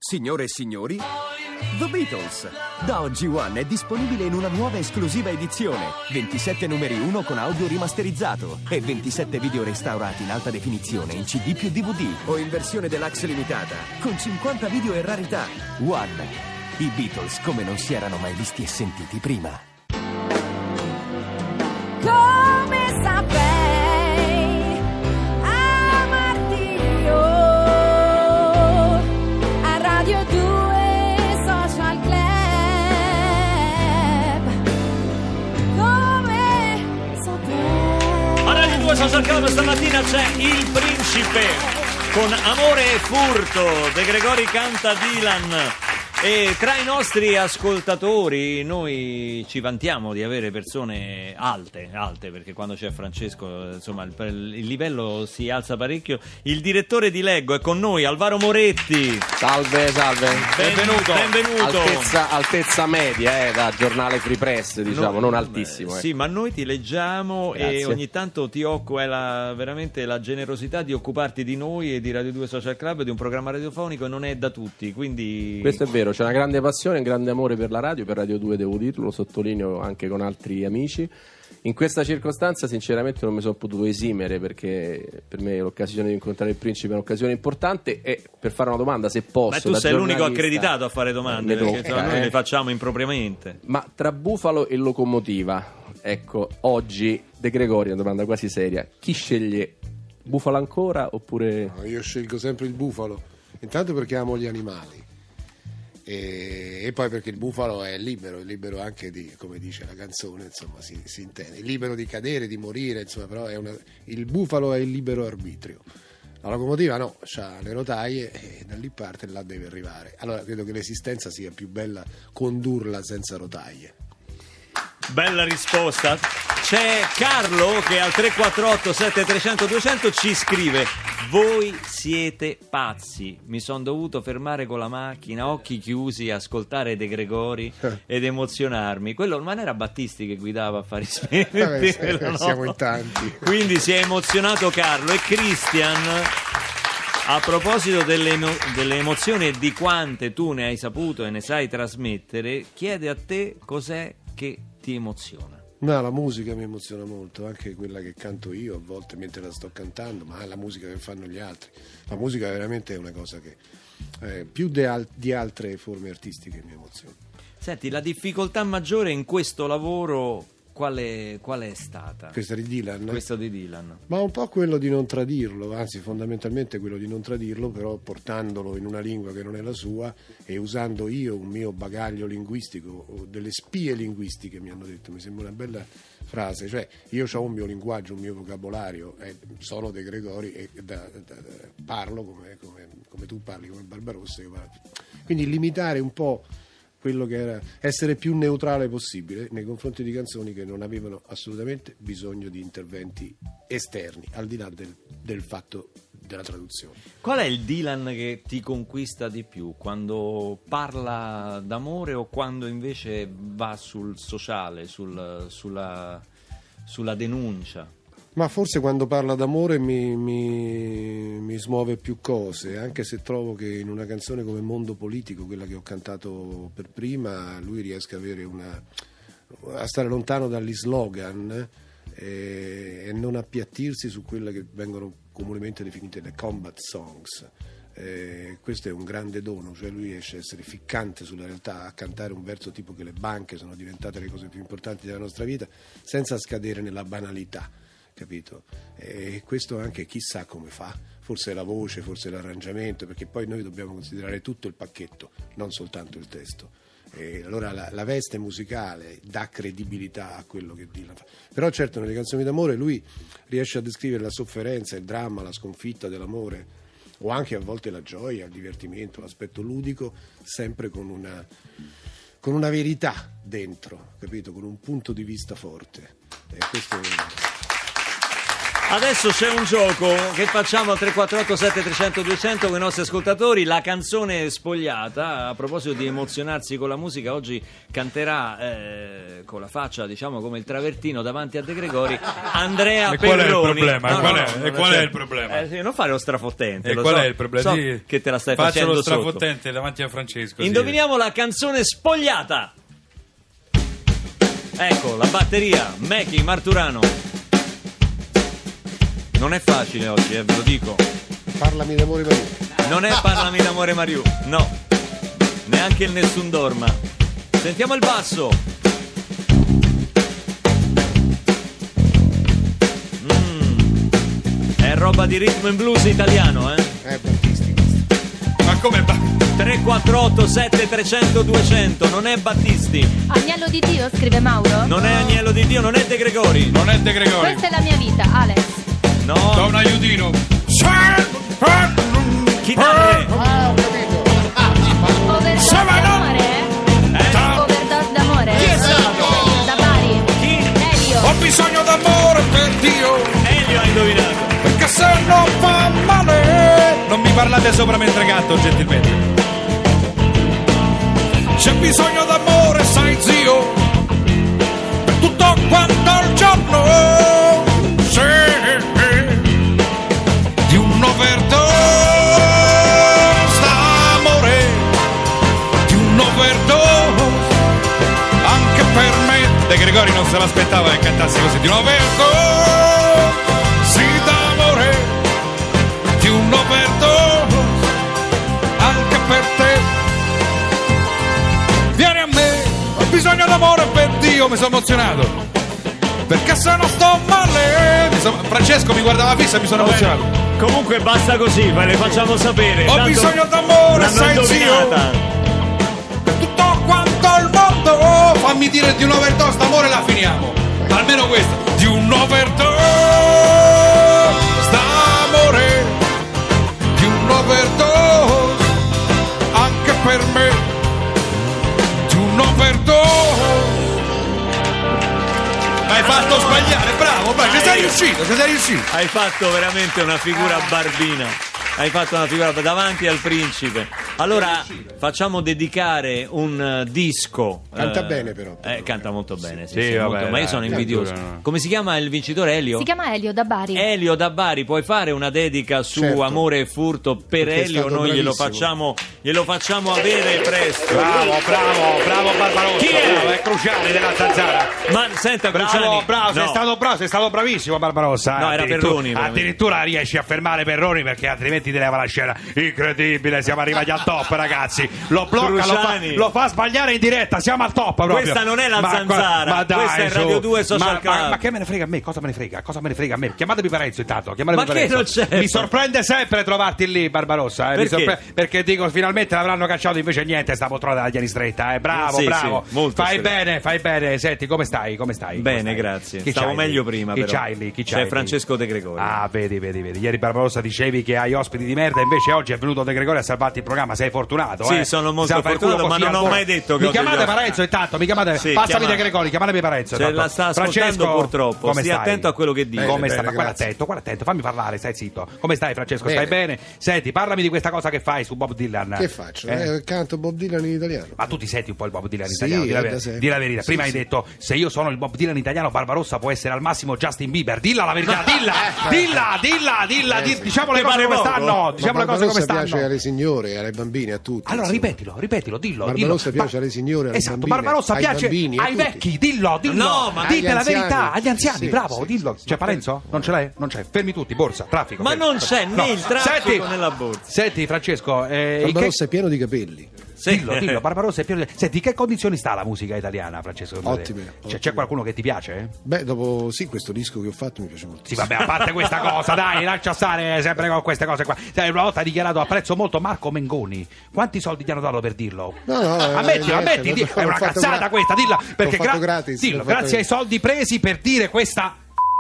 Signore e signori, The Beatles. Da oggi One è disponibile in una nuova esclusiva edizione. 27 numeri 1 con audio rimasterizzato e 27 video restaurati in alta definizione in CD più DVD o in versione deluxe limitata con 50 video e rarità. One. I Beatles come non si erano mai visti e sentiti prima. Come saprei amarti io a Radio 2 Social Club. Come saprei. A Radio 2 Social Club stamattina c'è Il Principe con Amore e Furto. De Gregori canta Dylan. E tra i nostri ascoltatori noi ci vantiamo di avere persone alte, perché quando c'è Francesco, insomma, il livello si alza parecchio. Il direttore di Leggo è con noi, Alvaro Moretti. Salve. Benvenuto. Altezza media, da giornale Free Press, diciamo, non altissimo. Sì, ma noi ti leggiamo. Grazie. E ogni tanto ti veramente la generosità di occuparti di noi e di Radio 2 Social Club, di un programma radiofonico, non è da tutti, quindi... Questo è vero, c'è una grande passione, un grande amore per la radio, per Radio 2 devo dirlo, lo sottolineo anche con altri amici. In questa circostanza sinceramente non mi sono potuto esimere, perché per me l'occasione di incontrare il Principe è un'occasione importante. E per fare una domanda, se posso, ma tu sei l'unico accreditato a fare domande, perché noi le facciamo impropriamente. Ma tra Bufalo e Locomotiva, ecco, oggi De Gregori, una domanda quasi seria: chi sceglie? Bufalo ancora oppure... No, io scelgo sempre il bufalo, intanto perché amo gli animali e poi perché il bufalo è libero anche di, come dice la canzone, insomma, si intende, è libero di cadere, di morire, insomma, però il bufalo è il libero arbitrio. La locomotiva no, c'ha le rotaie e da lì parte e là deve arrivare. Allora credo che l'esistenza sia più bella condurla senza rotaie. Bella risposta. C'è Carlo che al 348 7300 200 ci scrive: voi siete pazzi, mi sono dovuto fermare con la macchina, occhi chiusi, ascoltare De Gregori ed emozionarmi. Quello non era Battisti che guidava a fari spenti? No? Siamo in tanti. Quindi si è emozionato Carlo. E Christian, a proposito delle emozioni e di quante tu ne hai saputo e ne sai trasmettere, chiede a te cos'è che ti emoziona. No, la musica mi emoziona molto, anche quella che canto io a volte mentre la sto cantando, ma la musica che fanno gli altri. La musica veramente è una cosa che più di altre forme artistiche mi emoziona. Senti, la difficoltà maggiore in questo lavoro qual è stata? Questa di Dylan? Questo di Dylan. Ma un po' quello di non tradirlo, anzi fondamentalmente quello di non tradirlo, però portandolo in una lingua che non è la sua e usando io un mio bagaglio linguistico o delle spie linguistiche, mi hanno detto, mi sembra una bella frase, cioè io ho un mio linguaggio, un mio vocabolario, sono De Gregori e parlo come tu parli, come Barbarossa, quindi limitare un po' quello che era, essere più neutrale possibile nei confronti di canzoni che non avevano assolutamente bisogno di interventi esterni, al di là del fatto della traduzione. Qual è il Dylan che ti conquista di più? Quando parla d'amore o quando invece va sul sociale, sulla denuncia? Ma forse quando parla d'amore mi smuove più cose, anche se trovo che in una canzone come Mondo Politico, quella che ho cantato per prima, lui riesca a stare lontano dagli slogan e non appiattirsi su quelle che vengono comunemente definite le combat songs. Questo è un grande dono, cioè lui riesce a essere ficcante sulla realtà, a cantare un verso tipo che le banche sono diventate le cose più importanti della nostra vita, senza scadere nella banalità. Capito? E questo anche chissà come fa, forse la voce, forse l'arrangiamento, perché poi noi dobbiamo considerare tutto il pacchetto, non soltanto il testo. E allora la veste musicale dà credibilità a quello che Dylan fa. Però certo nelle canzoni d'amore lui riesce a descrivere la sofferenza, il dramma, la sconfitta dell'amore, o anche a volte la gioia, il divertimento, l'aspetto ludico, sempre con una verità dentro, capito? Con un punto di vista forte. E questo Adesso c'è un gioco che facciamo al 348 7300 200 con i nostri ascoltatori, la canzone spogliata. A proposito di emozionarsi con la musica, oggi canterà con la faccia, diciamo, come il travertino davanti a De Gregori, Andrea E qual è il Perroni. problema? E qual è il problema? Sì, non fare lo strafottente. E lo qual so, è il problema? so Sì. che te la stai Faccio facendo lo sotto. strafottente davanti a Francesco. sì. Indoviniamo la canzone spogliata. Ecco, la batteria, Mechi, Marturano. Non è facile oggi, ve lo dico. Parlami d'amore Maria. Non è Parlami d'amore Mariù, no. Neanche il Nessun Dorma. Sentiamo il basso. È roba di rhythm and blues italiano, Battisti questo. Ma come 348 7300 200, non è Battisti, Agnello di Dio, scrive Mauro. non è Agnello di Dio, non è De Gregori. Non è De Gregori. Questa è la mia vita, Alex. Do No, un aiutino. chitarre. Ah, ho capito. Overdose d'amore? Overdose d'amore? Chi è stato? Da Bari. Chi? Elio. Ho bisogno d'amore per Dio, Elio ha indovinato. perché se non fa male. Non mi parlate sopra mentre canto, gentilmente. C'è bisogno d'amore, sai zio, per tutto quanto il giorno. Sì, di un overdose d'amore, di un overdose anche per me. De Gregori non se l'aspettava che cantassi così. Di un overdose, sì, d'amore, di un overdose anche per te. Vieni a me, ho bisogno d'amore per Dio, mi sono emozionato. Perché se non sto male. Francesco mi guardava fissa e mi sono emozionato. Comunque basta così, poi le facciamo sapere. Ho Tanto bisogno d'amore, l'hanno sai zio, indovinata. per tutto quanto il mondo. Fammi dire di un overdose d'amore, la finiamo. Almeno questa. Di un overdose d'amore, di un overdose anche per me, di un overdose. Hai fatto sbagliare, bravo, ci sei riuscito. Hai fatto veramente una figura barbina. Hai fatto una figura davanti al principe. Allora facciamo dedicare un disco. Canta bene però. Canta molto bene, Sì, sì, vabbè, molto, ma io sono dai, invidioso. no. Come si chiama il vincitore? Elio? Si chiama Elio da Bari. Elio da Bari, puoi fare una dedica su Certo. Amore e furto per Perché è Elio? stato Noi bravissimo. glielo facciamo avere presto. Bravo Barbarossa. Chi è? Bravo, è Cruciani della Zanzara. Ma senta, Cruciani, Bravo, no. sei stato bravissimo Barbarossa. No, era Perroni, veramente. Addirittura riesci a fermare Perroni perché altrimenti ti leva la scena. Incredibile, siamo arrivati al top, ragazzi. Lo blocca, Cruciani. lo fa sbagliare in diretta, siamo al top proprio. Questa non è la Zanzara, ma dai, questa è Radio 2 Social Club. Ma che me ne frega a me? Cosa me ne frega a me? Chiamatemi Parenzo intanto, Ma che non c'è? Mi sorprende sempre trovarti lì, Barbarossa. Perché? Perché dico finalmente l'avranno cacciato, invece niente, sta poltrona della tieni stretta. Bravo, Sì, bravo. sì, molto fai stretta. bene. Senti, come stai? Bene, grazie. Chi Stavo c'hai meglio lì? prima, Chi però. c'hai lì? Chi C'è c'hai lì? Francesco De Gregori. Ah, vedi. Ieri Barbarossa dicevi che hai ospiti di merda, invece oggi è venuto De Gregori a salvarti il programma. Sei fortunato, Sì, sono molto Sai, fai il culo fortunato, ma così non al ho volo. mai detto che Mi ho degli chiamate ospiti. Parenzo intanto, Sì, passami chiama- De Gregori, chiamatemi Parenzo. Se intanto. la sta ascoltando, Francesco, purtroppo. come Stia stai? attento a quello che dice. Come Bene, stai? Ma guarda grazie. attento, fammi parlare, stai zitto. Come stai, Francesco? Bene. Stai bene? Senti, parlami di questa cosa che fai su Bob Dylan. Che faccio? Eh? Canto Bob Dylan in italiano. Ma tu ti senti un po' il Bob Dylan Sì, italiano? da sempre. Di la verità. Sì, Prima hai sì. detto, se io sono il Bob Dylan italiano, Barbarossa può essere al massimo Justin Bieber. Dilla la verità, dilla. Diciamo le Ti cose pare come poco? stanno. Diciamo le cose come Barbarossa piace stanno. alle signore, alle bambine, a tutti. Allora insomma. ripetilo, dillo. Barbarossa dillo. piace alle signore, alle Esatto, bambine, Barbarossa ai piace bambini, a ai tutti. vecchi, dillo. No, ma dite agli la anziani. verità, agli anziani, Sì, bravo, sì, dillo. sì, C'è sì. Parenzo? Non ce l'hai? Non c'è. Fermi tutti, borsa, traffico. Ma fermi. non c'è né il traffico Senti, né la borsa. Senti, Francesco, Barbarossa è pieno di capelli. Dillo, Barbarossa è pieno di... Senti, che condizioni sta la musica italiana, Francesco? Ottime, C'è ottime. qualcuno che ti piace? Beh, dopo questo disco che ho fatto mi piace molto. Sì, vabbè, a parte questa cosa, dai, lascia stare sempre con queste cose qua. Sai, una volta ha dichiarato apprezzo molto Marco Mengoni. Quanti soldi ti hanno dato per dirlo? No, ammetti, niente, è una l'ho fatto cazzata questa, dilla. Perché fatto gratis, dillo, l'ho fatto grazie ai soldi presi per dire questa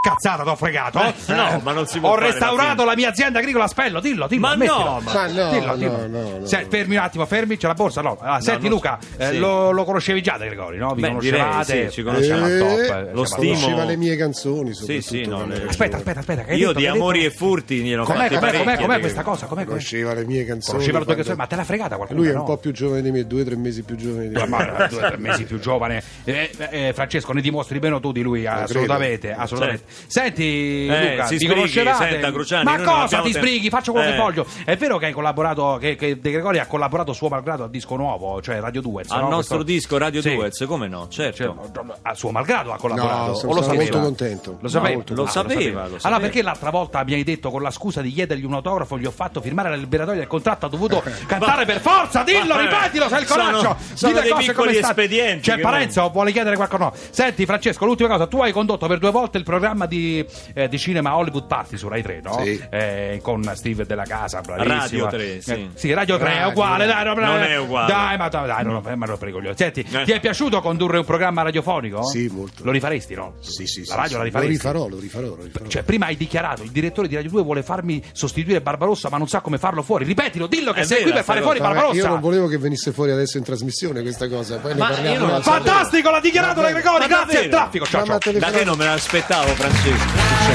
Cazzata, t'ho fregato. No, ma non si può Ho fare restaurato la mia azienda agricola a Spello, dillo. Ma ammettilo. no, Ma no, Dillo. no. Fermi un attimo, c'è la borsa, no. Senti non- Luca, sì. lo conoscevi già De Gregori, no? Vi Beh, conoscevate? direi, sì, ci conosciamo. Siamo al top, Lo siamo stimo. Conosceva le mie canzoni, Sì, soprattutto. no, quando ero Aspetta, giovane. che hai Io detto? di Che hai amori detto? e furti ne ho fatti parecchi. Com'è questa cosa? Com'è? Conosceva le mie canzoni. Conosceva le tue canzoni, quando- ma te l'ha fregata qualcuno? Lui è un no? po' più giovane di me, 2 o 3 mesi più giovane di me. Ma 2 o 3 mesi più giovane. Francesco, ne dimostri meno tu di lui, assolutamente. Senti, Luca, si vi sbrighi, conoscevate? senta, Cruciani, Ma noi non cosa abbiamo ti tempo. sbrighi? Faccio quello che voglio. È vero che hai collaborato, che De Gregori ha collaborato suo malgrado al disco nuovo, cioè Radio Duets, Al no? nostro Questo- disco Radio Sì. Duets, come no? Certo. Cioè, a suo malgrado ha collaborato. No, o sono lo stato sapeva? molto contento. Lo sapeva? Molto Lo contento. sapeva. Allora perché l'altra volta mi hai detto con la scusa di chiedergli un autografo gli ho fatto firmare la liberatoria del contratto, ha dovuto cantare per forza, dillo, ripetilo, sai il coraggio. Sono Di le dei cose piccoli come stanno. espedienti C'è che Parenzo, vuole chiedere qualcosa? No. Senti Francesco, l'ultima cosa, tu hai condotto per 2 volte il programma di cinema Hollywood Party su Rai 3, no? Sì. Con Steve Della Casa, bravissimo. Radio 3, sì. Sì, Radio 3 è Radio uguale, 3. dai, Non è uguale. Dai, ma non per i coglioni. Senti, ti è piaciuto condurre un programma radiofonico? Sì, molto. Lo rifaresti, no? Sì. La radio la Lo rifaresti? rifarò. Cioè, prima hai dichiarato il direttore di Radio 2 vuole farmi sostituire Barbarossa, ma non sa come farlo fuori. Ripetilo, dillo che È sei qui vera per fare sta fuori cosa. Barbarossa. Io non volevo che venisse fuori adesso in trasmissione questa cosa, poi Ma ne parliamo io non lo un'altra volta. Fantastico, l'ha dichiarato De Gregori, Ma grazie al davvero? traffico. Ciao, ciao. Da te non me l'aspettavo, Francesco.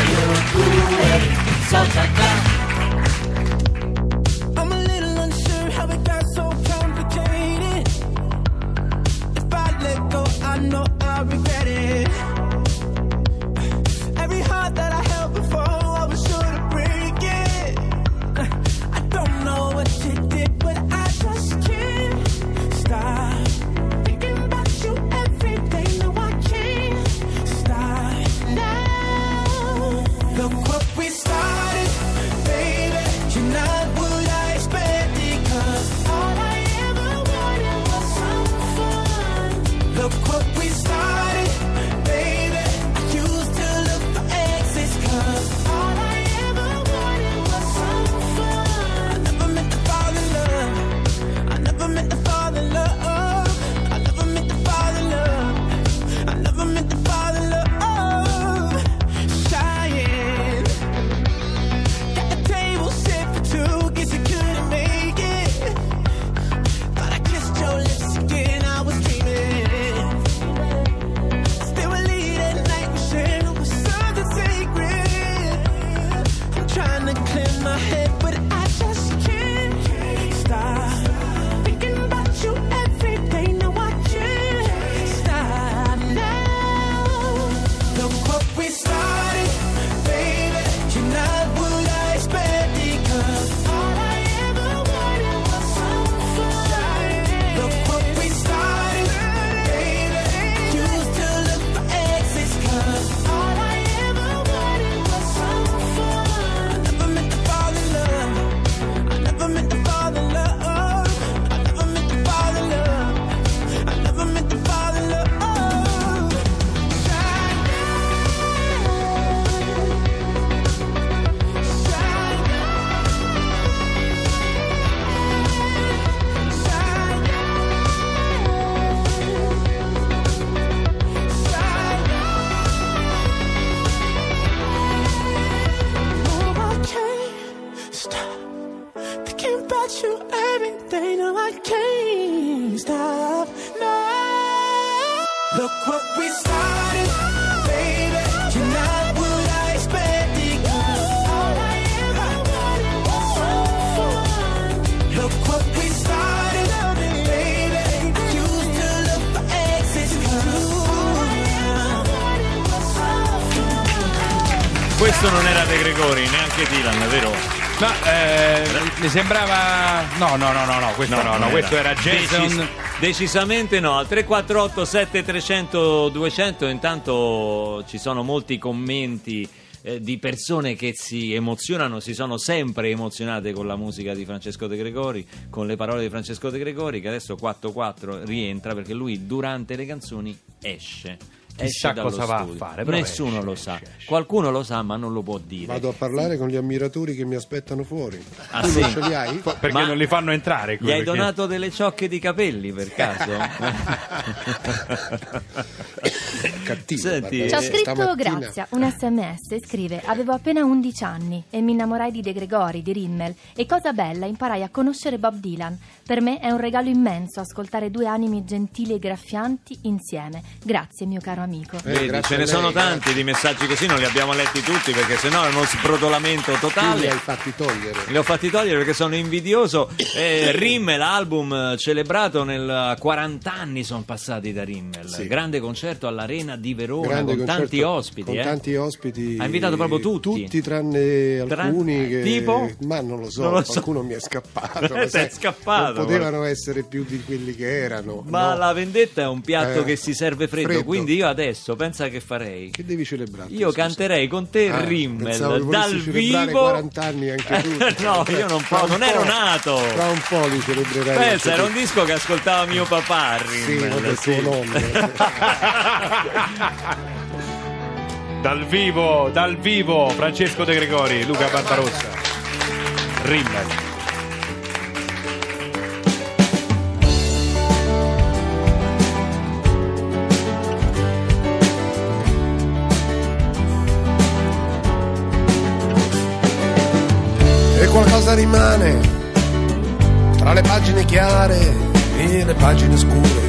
I'm a little unsure how it got so complicated. If I let go, I know I'll regret it. Every heart that I held before, I was sure to break it. I don't know what you did, but I just can't stop thinking about you every day. No, I can't stop now. Look what we started, baby. You're not what I expected, 'cause all I ever wanted was some fun. Look what we started, baby. I used to look for exits, 'cause all I ever wanted was some fun. I never meant to fall in love. I never meant to fall in love. I never meant to fall in love. I never meant to fall in love. Shying. Got the table set for 2, guess I couldn't make it. But I kissed your lips again, I was dreaming. Still we lead at night, we share with something sacred. I'm trying to clear my head, but I just can't stop thinking about you every day. No, I can't stop now. Look what we started, baby. You're not what I expected, 'cause all I ever wanted was some fun. Look what we started, baby. Used to look for exits, 'cause all I ever wanted was some fun. I never meant to fall in love. I never meant to fall in love. I never meant to fall in love. I never meant to fall in love. Thinking about you every day, no, I can't stop now. Look what we started, baby. You're not what I expected, 'cause all I ever wanted was some fun. Look what we started, baby. Used to look for exits, 'cause all I ever wanted was some fun. Questo non era De Gregori, neanche Dylan, vero? No, mi sembrava. No, questo no, questo era Jason. Decisamente no. Al 348 7300 200. Intanto ci sono molti commenti di persone che si emozionano, si sono sempre emozionate con la musica di Francesco De Gregori, con le parole di Francesco De Gregori, che adesso 4-4 rientra perché lui durante le canzoni esce. chissà dallo cosa va a studio. fare. Però Nessuno lo sa. esce. Qualcuno lo sa, ma non lo può dire. Vado a parlare con gli ammiratori che mi aspettano fuori. Ah, Tu sì? non ce li hai? Perché Ma non li fanno entrare? Gli hai perché- donato delle ciocche di capelli per caso? Cattivo. Senti, guarda, Ci ha scritto stamattina- Grazia un sms e scrive: avevo appena 11 anni e mi innamorai di De Gregori, di Rimmel, e cosa bella, imparai a conoscere Bob Dylan. Per me è un regalo immenso ascoltare due animi gentili e graffianti insieme. Grazie mio caro amico. Vedi, grazie ce a ne lei, sono grazie. tanti di messaggi così, non li abbiamo letti tutti perché sennò è uno sbrodolamento Tu li totale. hai fatti togliere. Li ho fatti togliere perché sono invidioso. Rimmel, album celebrato nel 40 anni sono passati da Rimmel. Sì. Grande concerto all'Arena di Verona Grande con concerto, tanti ospiti. con tanti ospiti. Ha invitato proprio tutti. Tutti tranne alcuni che... tipo? Ma non lo so, Non lo so. qualcuno mi è scappato. Sei sai, scappato, Non potevano essere più di quelli che erano. Ma no. la vendetta è un piatto Eh, che si serve freddo, freddo. quindi io adesso pensa che farei. Che devi celebrare? Io canterei con te Rimmel pensavo che dal volessi celebrare vivo. 40 anni anche tu. No, io non Fra po', un non ero po', nato. Fra un po' li celebrerai. Pensa, anche era tu. un disco che ascoltava mio papà, Sì, Rimmel. vabbè, sì. tuo nonno. Dal vivo, Francesco De Gregori, Luca Barbarossa, Rimmel. E qualcosa rimane tra le pagine chiare e le pagine scure.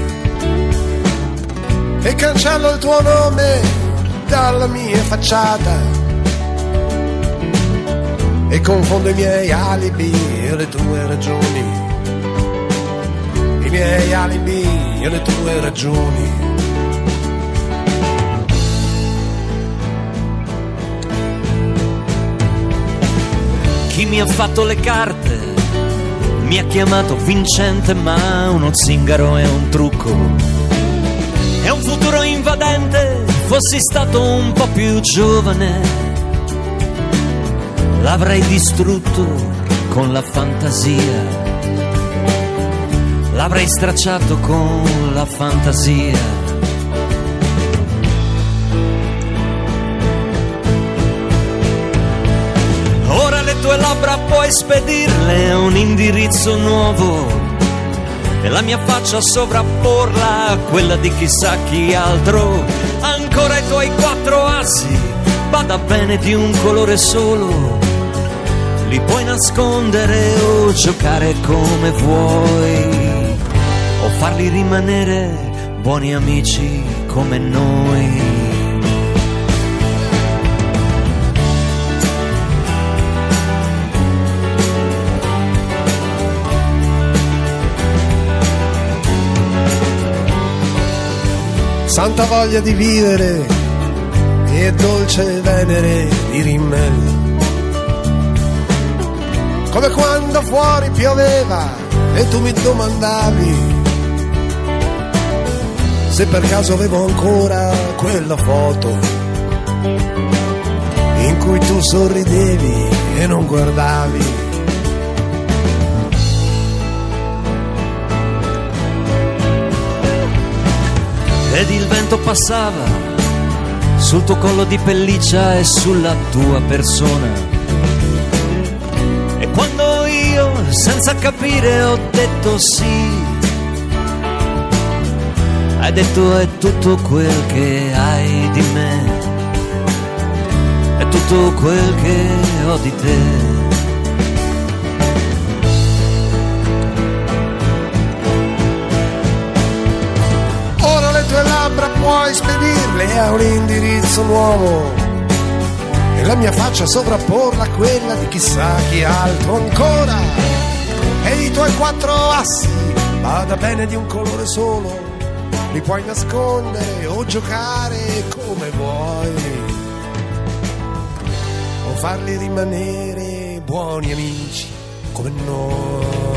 E cancello il tuo nome dalla mia facciata e confondo i miei alibi e le tue ragioni. I miei alibi e le tue ragioni. Chi mi ha fatto le carte mi ha chiamato vincente, ma uno zingaro è un trucco. È un futuro invadente, fossi stato un po' più giovane, l'avrei distrutto con la fantasia, l'avrei stracciato con la fantasia. Ora le tue labbra puoi spedirle a un indirizzo nuovo e la mia faccia sovrapporla a quella di chissà chi altro. Ancora i tuoi 4 assi, bada bene di un colore solo, li puoi nascondere o giocare come vuoi, o farli rimanere buoni amici come noi. Santa voglia di vivere e dolce venere di Rimmel. Come quando fuori pioveva e tu mi domandavi se per caso avevo ancora quella foto in cui tu sorridevi e non guardavi. Ed il vento passava sul tuo collo di pelliccia e sulla tua persona. E quando io, senza capire, ho detto sì, hai detto è tutto quel che hai di me, è tutto quel che ho di te. Tue labbra puoi spedirle a un indirizzo nuovo e la mia faccia sovrapporla a quella di chissà chi altro ancora. E i tuoi 4 assi, vada bene di un colore solo, li puoi nascondere o giocare come vuoi, o farli rimanere buoni amici come noi.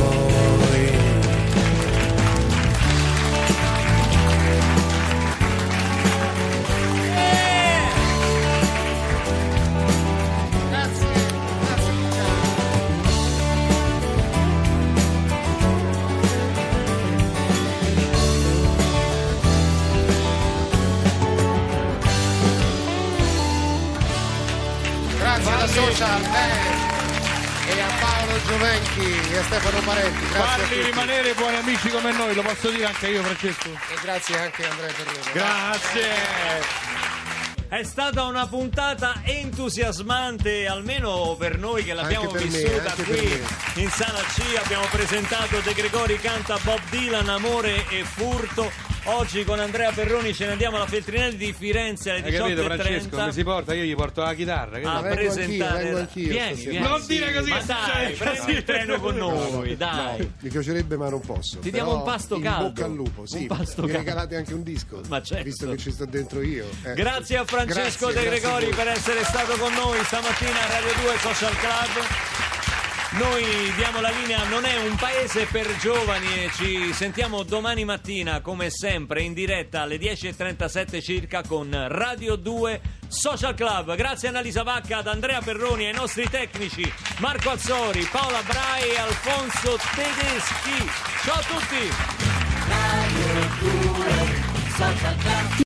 social e a Paolo Giovenchi e a Stefano Parenti. Grazie a Farli tutti. rimanere buoni amici come noi, lo posso dire anche io, Francesco. E grazie anche a Andrea Perrone. Grazie. È stata una puntata entusiasmante, almeno per noi che l'abbiamo Anche per me, vissuta anche qui per in Sala C. Abbiamo presentato De Gregori canta Bob Dylan, Amore e Furto. Oggi con Andrea Perroni ce ne andiamo alla Feltrinelli di Firenze alle Hai capito, Francesco? 18:30 Come si porta? Io gli porto la chitarra. Che a vengo presentare. vengo anch'io Vieni, stasera. vieni. Non dire così, Ma che dai, succede? prendi il treno con noi, dai. Mi piacerebbe ma non posso. Ti diamo Però un pasto in caldo. bocca al lupo, sì. Un pasto Mi caldo. regalate anche un disco. Ma certo. Visto che ci sto dentro io. Grazie a Francesco Grazie, De grazie Gregori a voi. per essere stato con noi stamattina a Radio 2 Social Club. Noi diamo la linea, non è un paese per giovani, e ci sentiamo domani mattina come sempre in diretta alle 10:37 circa con Radio 2 Social Club. Grazie a Annalisa Vacca, ad Andrea Perroni, ai nostri tecnici Marco Azzori, Paola Brai e Alfonso Tedeschi. Ciao a tutti!